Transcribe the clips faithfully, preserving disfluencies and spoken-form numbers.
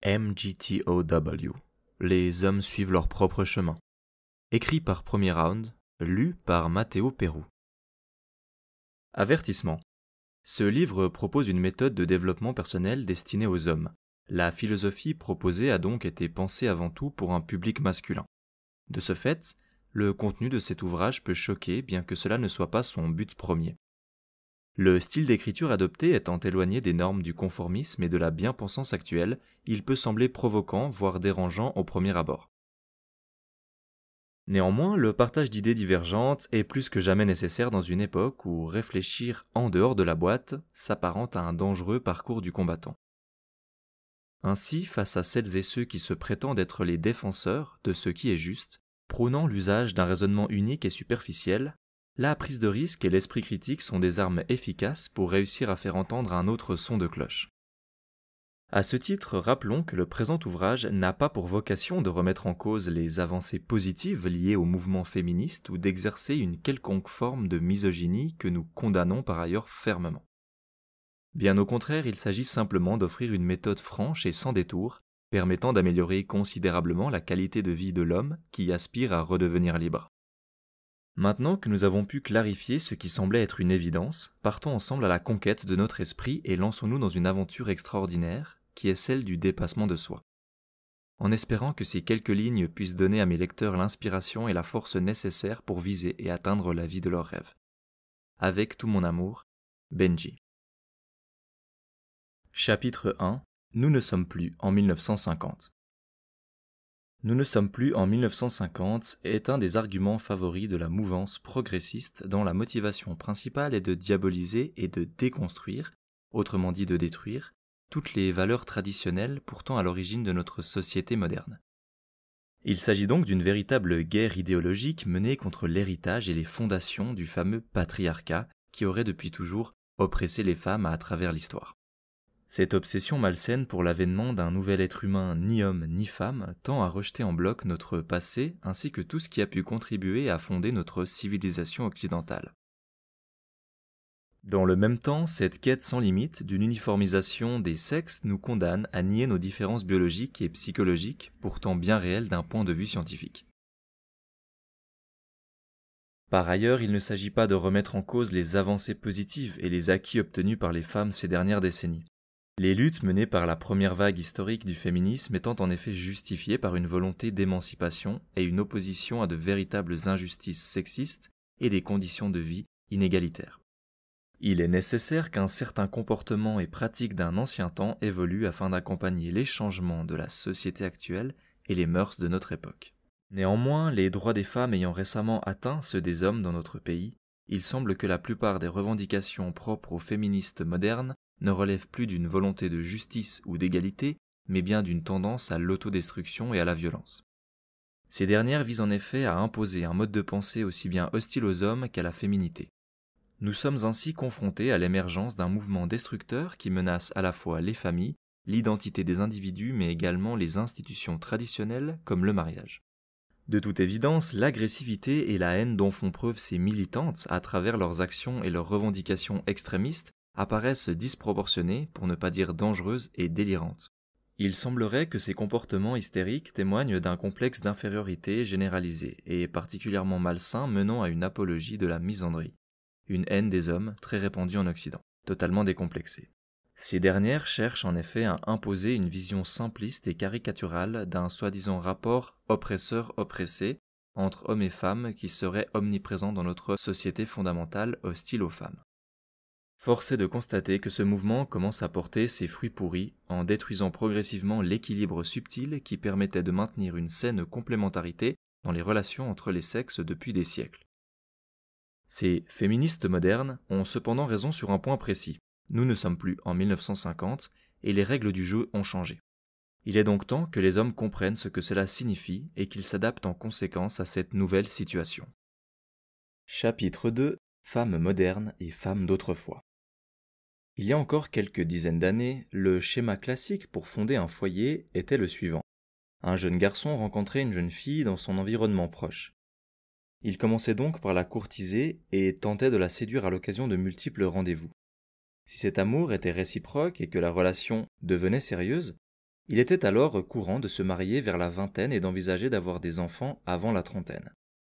M G T O W. Les hommes suivent leur propre chemin. Écrit par Premier Round, lu par Matteo Perrou. Avertissement. Ce livre propose une méthode de développement personnel destinée aux hommes. La philosophie proposée a donc été pensée avant tout pour un public masculin. De ce fait, le contenu de cet ouvrage peut choquer bien que cela ne soit pas son but premier. Le style d'écriture adopté étant éloigné des normes du conformisme et de la bien-pensance actuelle, il peut sembler provoquant, voire dérangeant au premier abord. Néanmoins, le partage d'idées divergentes est plus que jamais nécessaire dans une époque où réfléchir en dehors de la boîte s'apparente à un dangereux parcours du combattant. Ainsi, face à celles et ceux qui se prétendent être les défenseurs de ce qui est juste, prônant l'usage d'un raisonnement unique et superficiel, la prise de risque et l'esprit critique sont des armes efficaces pour réussir à faire entendre un autre son de cloche. À ce titre, rappelons que le présent ouvrage n'a pas pour vocation de remettre en cause les avancées positives liées au mouvement féministe ou d'exercer une quelconque forme de misogynie que nous condamnons par ailleurs fermement. Bien au contraire, il s'agit simplement d'offrir une méthode franche et sans détour, permettant d'améliorer considérablement la qualité de vie de l'homme qui aspire à redevenir libre. Maintenant que nous avons pu clarifier ce qui semblait être une évidence, partons ensemble à la conquête de notre esprit et lançons-nous dans une aventure extraordinaire, qui est celle du dépassement de soi. En espérant que ces quelques lignes puissent donner à mes lecteurs l'inspiration et la force nécessaires pour viser et atteindre la vie de leurs rêves. Avec tout mon amour, Benji. Chapitre un. Nous ne sommes plus en mille neuf cent cinquante. Nous ne sommes plus en mille neuf cent cinquante est un des arguments favoris de la mouvance progressiste dont la motivation principale est de diaboliser et de déconstruire, autrement dit de détruire, toutes les valeurs traditionnelles pourtant à l'origine de notre société moderne. Il s'agit donc d'une véritable guerre idéologique menée contre l'héritage et les fondations du fameux patriarcat qui aurait depuis toujours oppressé les femmes à travers l'histoire. Cette obsession malsaine pour l'avènement d'un nouvel être humain ni homme ni femme tend à rejeter en bloc notre passé ainsi que tout ce qui a pu contribuer à fonder notre civilisation occidentale. Dans le même temps, cette quête sans limite d'une uniformisation des sexes nous condamne à nier nos différences biologiques et psychologiques, pourtant bien réelles d'un point de vue scientifique. Par ailleurs, il ne s'agit pas de remettre en cause les avancées positives et les acquis obtenus par les femmes ces dernières décennies. Les luttes menées par la première vague historique du féminisme étant en effet justifiées par une volonté d'émancipation et une opposition à de véritables injustices sexistes et des conditions de vie inégalitaires. Il est nécessaire qu'un certain comportement et pratique d'un ancien temps évoluent afin d'accompagner les changements de la société actuelle et les mœurs de notre époque. Néanmoins, les droits des femmes ayant récemment atteint ceux des hommes dans notre pays, il semble que la plupart des revendications propres aux féministes modernes ne relève plus d'une volonté de justice ou d'égalité, mais bien d'une tendance à l'autodestruction et à la violence. Ces dernières visent en effet à imposer un mode de pensée aussi bien hostile aux hommes qu'à la féminité. Nous sommes ainsi confrontés à l'émergence d'un mouvement destructeur qui menace à la fois les familles, l'identité des individus, mais également les institutions traditionnelles comme le mariage. De toute évidence, l'agressivité et la haine dont font preuve ces militantes à travers leurs actions et leurs revendications extrémistes apparaissent disproportionnées, pour ne pas dire dangereuses et délirantes. Il semblerait que ces comportements hystériques témoignent d'un complexe d'infériorité généralisé et particulièrement malsain menant à une apologie de la misandrie, une haine des hommes très répandue en Occident, totalement décomplexée. Ces dernières cherchent en effet à imposer une vision simpliste et caricaturale d'un soi-disant rapport oppresseur-oppressé entre hommes et femmes qui serait omniprésent dans notre société fondamentale hostile aux femmes. Force est de constater que ce mouvement commence à porter ses fruits pourris en détruisant progressivement l'équilibre subtil qui permettait de maintenir une saine complémentarité dans les relations entre les sexes depuis des siècles. Ces féministes modernes ont cependant raison sur un point précis. Nous ne sommes plus en mille neuf cent cinquante et les règles du jeu ont changé. Il est donc temps que les hommes comprennent ce que cela signifie et qu'ils s'adaptent en conséquence à cette nouvelle situation. Chapitre deux. Femmes modernes et femmes d'autrefois. Il y a encore quelques dizaines d'années, le schéma classique pour fonder un foyer était le suivant. Un jeune garçon rencontrait une jeune fille dans son environnement proche. Il commençait donc par la courtiser et tentait de la séduire à l'occasion de multiples rendez-vous. Si cet amour était réciproque et que la relation devenait sérieuse, Il était alors courant de se marier vers la vingtaine et d'envisager d'avoir des enfants avant la trentaine.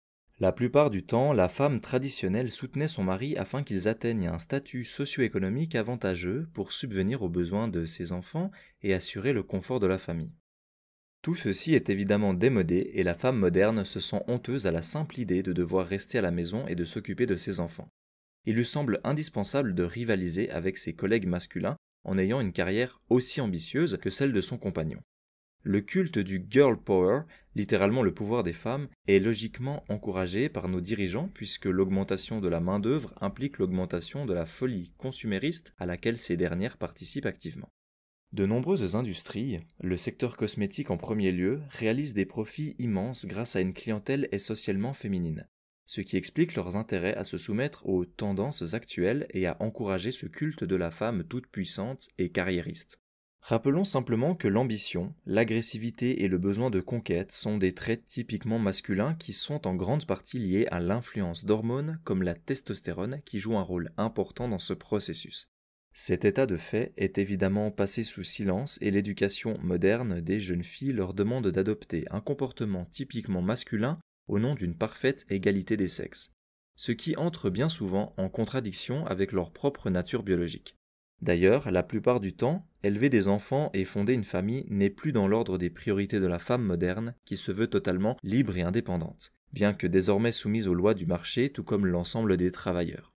La plupart du temps, la femme traditionnelle soutenait son mari afin qu'ils atteignent un statut socio-économique avantageux pour subvenir aux besoins de ses enfants et assurer le confort de la famille. Tout ceci est évidemment démodé et la femme moderne se sent honteuse à la simple idée de devoir rester à la maison et de s'occuper de ses enfants. Il lui semble indispensable de rivaliser avec ses collègues masculins en ayant une carrière aussi ambitieuse que celle de son compagnon. Le culte du girl power, littéralement le pouvoir des femmes, est logiquement encouragé par nos dirigeants puisque l'augmentation de la main-d'œuvre implique l'augmentation de la folie consumériste à laquelle ces dernières participent activement. De nombreuses industries, le secteur cosmétique en premier lieu, réalisent des profits immenses grâce à une clientèle essentiellement féminine, ce qui explique leurs intérêts à se soumettre aux tendances actuelles et à encourager ce culte de la femme toute puissante et carriériste. Rappelons simplement que l'ambition, l'agressivité et le besoin de conquête sont des traits typiquement masculins qui sont en grande partie liés à l'influence d'hormones comme la testostérone qui joue un rôle important dans ce processus. Cet état de fait est évidemment passé sous silence et l'éducation moderne des jeunes filles leur demande d'adopter un comportement typiquement masculin au nom d'une parfaite égalité des sexes, ce qui entre bien souvent en contradiction avec leur propre nature biologique. D'ailleurs, la plupart du temps, élever des enfants et fonder une famille n'est plus dans l'ordre des priorités de la femme moderne qui se veut totalement libre et indépendante, bien que désormais soumise aux lois du marché tout comme l'ensemble des travailleurs.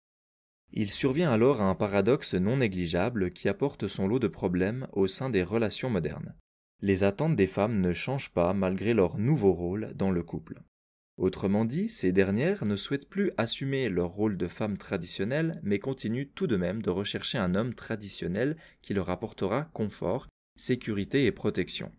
Il survient alors un paradoxe non négligeable qui apporte son lot de problèmes au sein des relations modernes. Les attentes des femmes ne changent pas malgré leur nouveau rôle dans le couple. Autrement dit, ces dernières ne souhaitent plus assumer leur rôle de femme traditionnelle, mais continuent tout de même de rechercher un homme traditionnel qui leur apportera confort, sécurité et protection.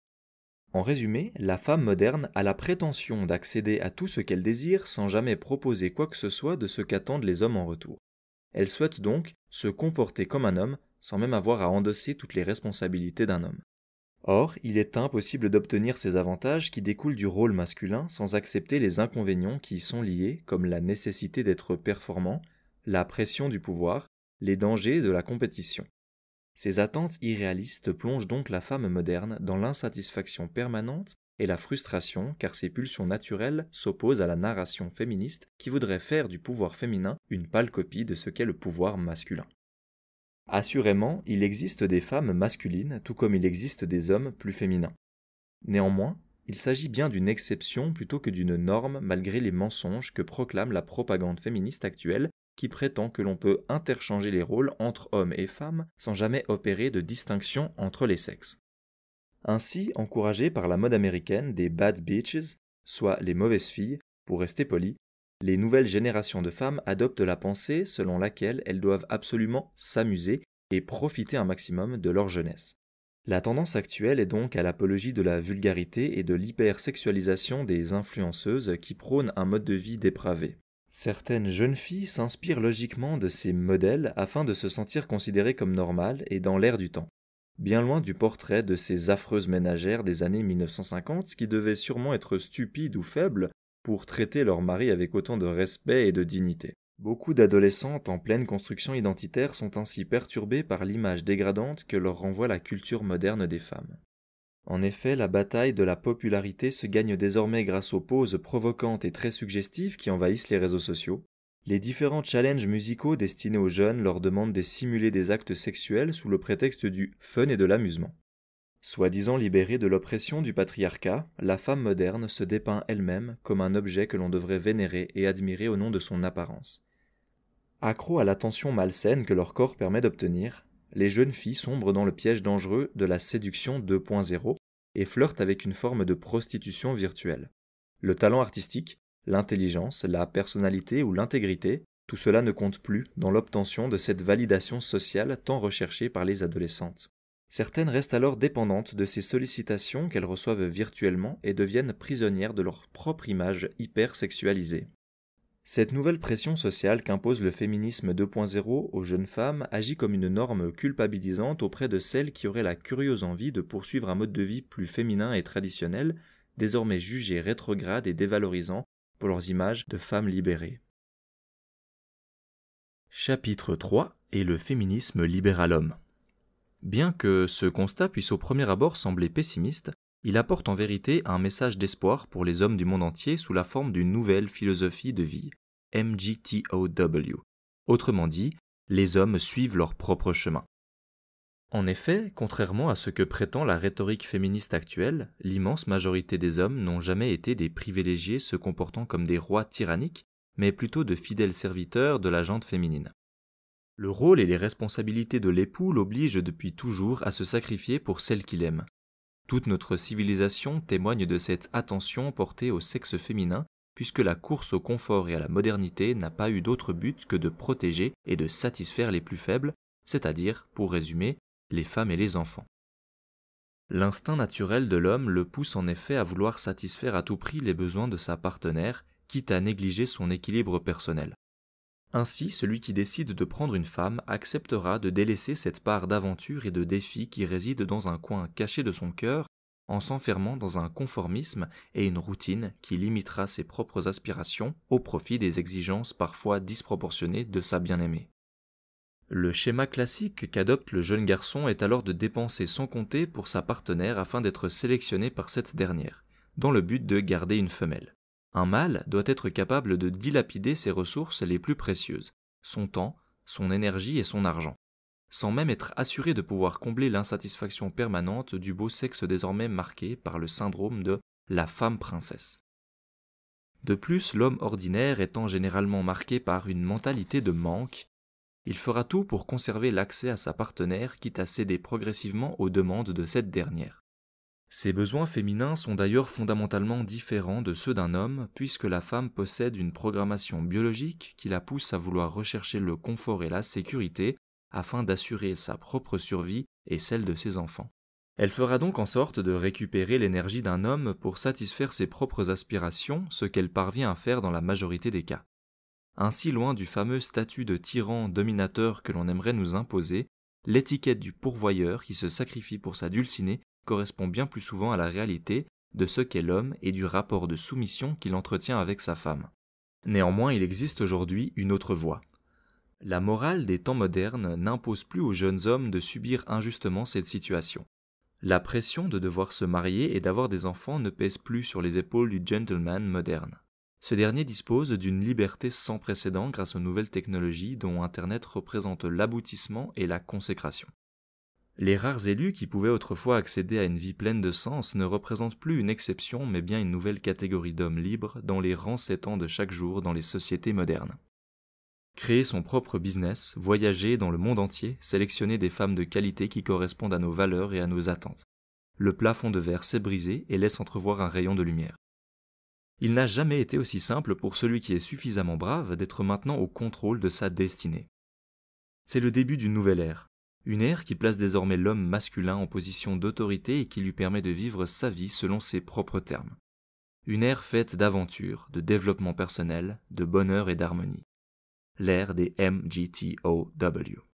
En résumé, la femme moderne a la prétention d'accéder à tout ce qu'elle désire sans jamais proposer quoi que ce soit de ce qu'attendent les hommes en retour. Elle souhaite donc se comporter comme un homme sans même avoir à endosser toutes les responsabilités d'un homme. Or, il est impossible d'obtenir ces avantages qui découlent du rôle masculin sans accepter les inconvénients qui y sont liés, comme la nécessité d'être performant, la pression du pouvoir, les dangers de la compétition. Ces attentes irréalistes plongent donc la femme moderne dans l'insatisfaction permanente et la frustration car ses pulsions naturelles s'opposent à la narration féministe qui voudrait faire du pouvoir féminin une pâle copie de ce qu'est le pouvoir masculin. Assurément, il existe des femmes masculines tout comme il existe des hommes plus féminins. Néanmoins, il s'agit bien d'une exception plutôt que d'une norme malgré les mensonges que proclame la propagande féministe actuelle qui prétend que l'on peut interchanger les rôles entre hommes et femmes sans jamais opérer de distinction entre les sexes. Ainsi, encouragées par la mode américaine des bad bitches, soit les mauvaises filles, pour rester poli, les nouvelles générations de femmes adoptent la pensée selon laquelle elles doivent absolument s'amuser et profiter un maximum de leur jeunesse. La tendance actuelle est donc à l'apologie de la vulgarité et de l'hypersexualisation des influenceuses qui prônent un mode de vie dépravé. Certaines jeunes filles s'inspirent logiquement de ces modèles afin de se sentir considérées comme normales et dans l'air du temps. Bien loin du portrait de ces affreuses ménagères des années mille neuf cent cinquante qui devaient sûrement être stupides ou faibles pour traiter leur mari avec autant de respect et de dignité. Beaucoup d'adolescentes en pleine construction identitaire sont ainsi perturbées par l'image dégradante que leur renvoie la culture moderne des femmes. En effet, la bataille de la popularité se gagne désormais grâce aux poses provocantes et très suggestives qui envahissent les réseaux sociaux. Les différents challenges musicaux destinés aux jeunes leur demandent de simuler des actes sexuels sous le prétexte du fun et de l'amusement. Soi-disant libérée de l'oppression du patriarcat, la femme moderne se dépeint elle-même comme un objet que l'on devrait vénérer et admirer au nom de son apparence. Accros à l'attention malsaine que leur corps permet d'obtenir, les jeunes filles sombrent dans le piège dangereux de la séduction deux point zéro et flirtent avec une forme de prostitution virtuelle. Le talent artistique, l'intelligence, la personnalité ou l'intégrité, tout cela ne compte plus dans l'obtention de cette validation sociale tant recherchée par les adolescentes. Certaines restent alors dépendantes de ces sollicitations qu'elles reçoivent virtuellement et deviennent prisonnières de leur propre image hyper sexualisée. Cette nouvelle pression sociale qu'impose le féminisme deux point zéro aux jeunes femmes agit comme une norme culpabilisante auprès de celles qui auraient la curieuse envie de poursuivre un mode de vie plus féminin et traditionnel, désormais jugé rétrograde et dévalorisant pour leurs images de femmes libérées. Chapitre trois et le féminisme libère à l'homme. Bien que ce constat puisse au premier abord sembler pessimiste, il apporte en vérité un message d'espoir pour les hommes du monde entier sous la forme d'une nouvelle philosophie de vie, M G T O W. Autrement dit, les hommes suivent leur propre chemin. En effet, contrairement à ce que prétend la rhétorique féministe actuelle, l'immense majorité des hommes n'ont jamais été des privilégiés se comportant comme des rois tyranniques, mais plutôt de fidèles serviteurs de la gente féminine. Le rôle et les responsabilités de l'époux l'obligent depuis toujours à se sacrifier pour celle qu'il aime. Toute notre civilisation témoigne de cette attention portée au sexe féminin, puisque la course au confort et à la modernité n'a pas eu d'autre but que de protéger et de satisfaire les plus faibles, c'est-à-dire, pour résumer, les femmes et les enfants. L'instinct naturel de l'homme le pousse en effet à vouloir satisfaire à tout prix les besoins de sa partenaire, quitte à négliger son équilibre personnel. Ainsi, celui qui décide de prendre une femme acceptera de délaisser cette part d'aventure et de défi qui réside dans un coin caché de son cœur, en s'enfermant dans un conformisme et une routine qui limitera ses propres aspirations au profit des exigences parfois disproportionnées de sa bien-aimée. Le schéma classique qu'adopte le jeune garçon est alors de dépenser sans compter pour sa partenaire afin d'être sélectionné par cette dernière, dans le but de garder une femelle. Un mâle doit être capable de dilapider ses ressources les plus précieuses, son temps, son énergie et son argent, sans même être assuré de pouvoir combler l'insatisfaction permanente du beau sexe désormais marqué par le syndrome de la femme princesse. De plus, l'homme ordinaire étant généralement marqué par une mentalité de manque, il fera tout pour conserver l'accès à sa partenaire, quitte à céder progressivement aux demandes de cette dernière. Ces besoins féminins sont d'ailleurs fondamentalement différents de ceux d'un homme, puisque la femme possède une programmation biologique qui la pousse à vouloir rechercher le confort et la sécurité afin d'assurer sa propre survie et celle de ses enfants. Elle fera donc en sorte de récupérer l'énergie d'un homme pour satisfaire ses propres aspirations, ce qu'elle parvient à faire dans la majorité des cas. Ainsi, loin du fameux statut de tyran dominateur que l'on aimerait nous imposer, l'étiquette du pourvoyeur qui se sacrifie pour sa dulcinée correspond bien plus souvent à la réalité de ce qu'est l'homme et du rapport de soumission qu'il entretient avec sa femme. Néanmoins, il existe aujourd'hui une autre voie. La morale des temps modernes n'impose plus aux jeunes hommes de subir injustement cette situation. La pression de devoir se marier et d'avoir des enfants ne pèse plus sur les épaules du gentleman moderne. Ce dernier dispose d'une liberté sans précédent grâce aux nouvelles technologies dont Internet représente l'aboutissement et la consécration. Les rares élus qui pouvaient autrefois accéder à une vie pleine de sens ne représentent plus une exception mais bien une nouvelle catégorie d'hommes libres dans les rangs s'étendent de chaque jour dans les sociétés modernes. Créer son propre business, voyager dans le monde entier, sélectionner des femmes de qualité qui correspondent à nos valeurs et à nos attentes. Le plafond de verre s'est brisé et laisse entrevoir un rayon de lumière. Il n'a jamais été aussi simple pour celui qui est suffisamment brave d'être maintenant au contrôle de sa destinée. C'est le début d'une nouvelle ère. Une ère qui place désormais l'homme masculin en position d'autorité et qui lui permet de vivre sa vie selon ses propres termes. Une ère faite d'aventure, de développement personnel, de bonheur et d'harmonie. L'ère des M G T O W.